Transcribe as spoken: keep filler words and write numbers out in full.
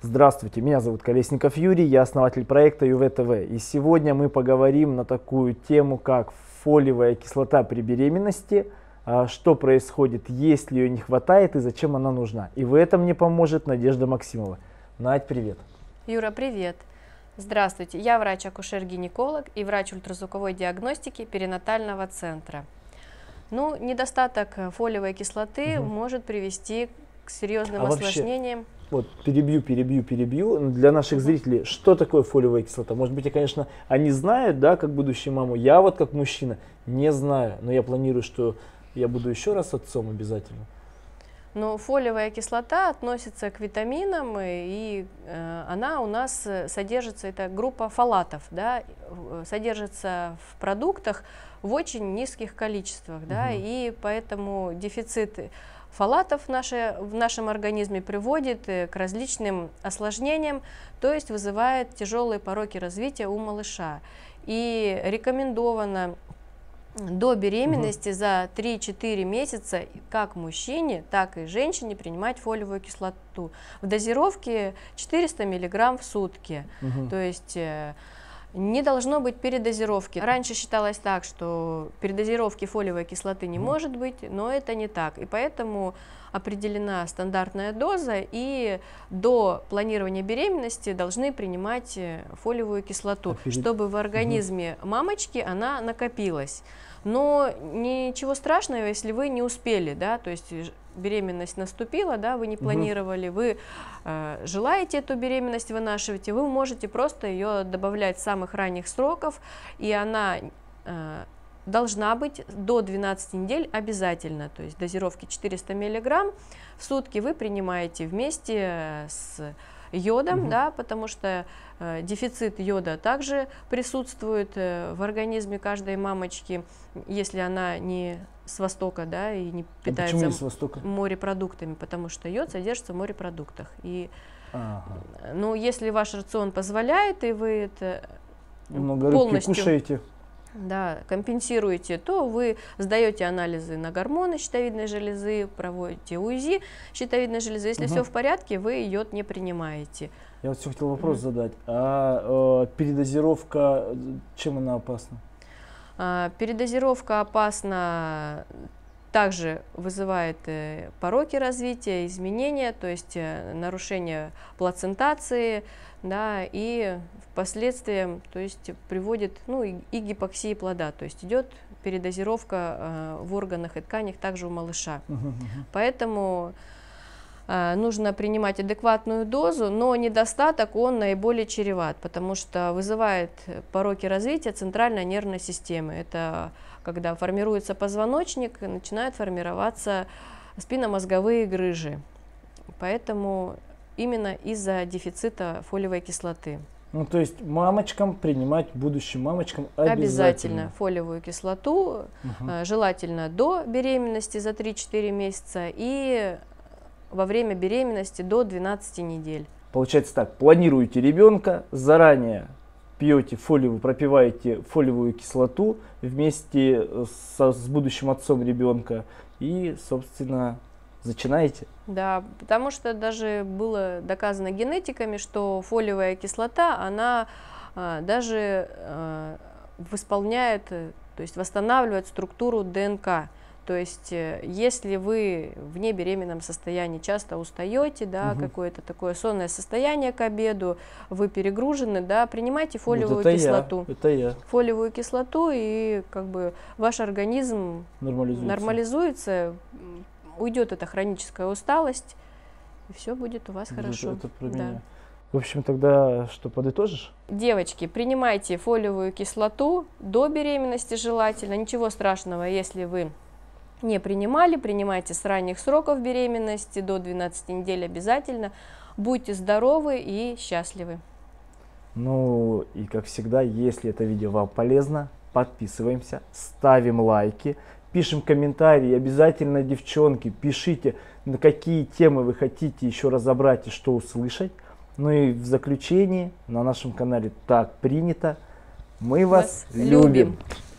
Здравствуйте, меня зовут Колесников Юрий, я основатель проекта ю вэ тэ вэ. И сегодня мы поговорим на такую тему, как фолиевая кислота при беременности, что происходит, если ее не хватает и зачем она нужна. И в этом мне поможет Надежда Максимова. Надь, привет. Юра, привет. Здравствуйте, я врач-акушер-гинеколог и врач ультразвуковой диагностики перинатального центра. Ну, недостаток фолиевой кислоты угу. может привести к серьезным а осложнениям. Вообще, вот перебью, перебью, перебью. Для наших угу. зрителей, что такое фолиевая кислота? Может быть, конечно, они знают, да, как будущую маму. Я вот как мужчина не знаю, но я планирую, что я буду еще раз отцом обязательно. Но фолиевая кислота относится к витаминам, и э, она у нас содержится, это группа фолатов, да, содержится в продуктах в очень низких количествах, да, угу. и поэтому дефицит фолатов в, наше, в нашем организме приводит к различным осложнениям, то есть вызывает тяжелые пороки развития у малыша. И рекомендовано до беременности угу. за три-четыре месяца как мужчине, так и женщине принимать фолиевую кислоту в дозировке четыреста миллиграмм в сутки. Угу. То есть э, не должно быть передозировки. Раньше считалось так, что передозировки фолиевой кислоты не угу. может быть, но это не так. И поэтому определена стандартная доза, и до планирования беременности должны принимать фолиевую кислоту, а перед... чтобы в организме угу. мамочки она накопилась. Но ничего страшного, если вы не успели, да, то есть беременность наступила, да, вы не планировали, угу. вы э, желаете эту беременность вынашивать, и вы можете просто ее добавлять с самых ранних сроков, и она э, должна быть до двенадцати недель обязательно, то есть дозировки четыреста миллиграмм в сутки вы принимаете вместе с йодом, угу. да, потому что э, дефицит йода также присутствует э, в организме каждой мамочки, если она не с востока, да, и не питается а не с востока? морепродуктами, потому что йод содержится в морепродуктах. И, ага. ну, если ваш рацион позволяет, и вы это много полностью кушаете, да, компенсируете, то вы сдаете анализы на гормоны щитовидной железы, проводите УЗИ щитовидной железы. Если угу. все в порядке, вы йод не принимаете. Я вот все хотел вопрос угу. задать. А э, передозировка, чем она опасна? А, передозировка опасна, также вызывает пороки развития, изменения, то есть нарушение плацентации, да, и впоследствии, то есть приводит, ну, и, и гипоксии плода, то есть идет передозировка э, в органах и тканях также у малыша. Uh-huh, uh-huh. Поэтому э, нужно принимать адекватную дозу, но недостаток он наиболее чреват, потому что вызывает пороки развития центральной нервной системы. Это когда формируется позвоночник, начинают формироваться спинномозговые грыжи. Поэтому именно из-за дефицита фолиевой кислоты. Ну, то есть мамочкам принимать, будущим мамочкам обязательно, обязательно фолиевую кислоту, угу. желательно до беременности за три-четыре месяца и во время беременности до двенадцати недель. Получается так, планируете ребенка, заранее пьете фолиевую, пропиваете фолиевую кислоту вместе со, с будущим отцом ребенка и, собственно, начинаете. Да, потому что даже было доказано генетиками, что фолиевая кислота, она а, даже а, восполняет, то есть восстанавливает структуру ДНК. То есть, если вы в небеременном состоянии часто устаете, да, угу. какое-то такое сонное состояние к обеду, вы перегружены, да, принимайте фолиевую вот это кислоту. Я, это я. Фолиевую кислоту, и как бы ваш организм нормализуется. нормализуется, уйдет эта хроническая усталость, и все будет у вас это, хорошо. Это про да. меня. В общем, тогда что, подытожишь? Девочки, принимайте фолиевую кислоту до беременности желательно. Ничего страшного, если вы не принимали, принимайте с ранних сроков беременности, до двенадцати недель обязательно. Будьте здоровы и счастливы. Ну и как всегда, если это видео вам полезно, подписываемся, ставим лайки, пишем комментарии. Обязательно, девчонки, пишите, на какие темы вы хотите еще разобрать и что услышать. Ну и в заключении, на нашем канале так принято, мы вас, вас любим. любим.